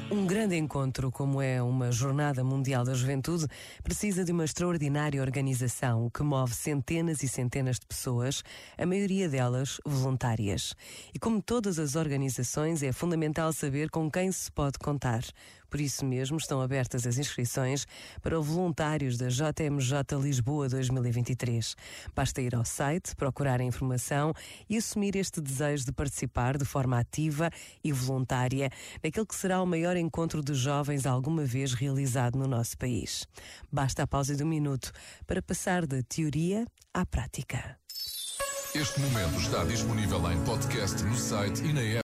Um grande encontro, como é uma Jornada Mundial da Juventude, precisa de uma extraordinária organização que move centenas e centenas de pessoas, a maioria delas voluntárias. E como todas as organizações, é fundamental saber com quem se pode contar. Por isso mesmo estão abertas as inscrições para voluntários da JMJ Lisboa 2023. Basta ir ao site, procurar a informação e assumir este desejo de participar de forma ativa e voluntária naquele que será o maior encontro de jovens alguma vez realizado no nosso país. Basta a pausa de um minuto para passar da teoria à prática. Este momento está disponível em podcast no site e na app.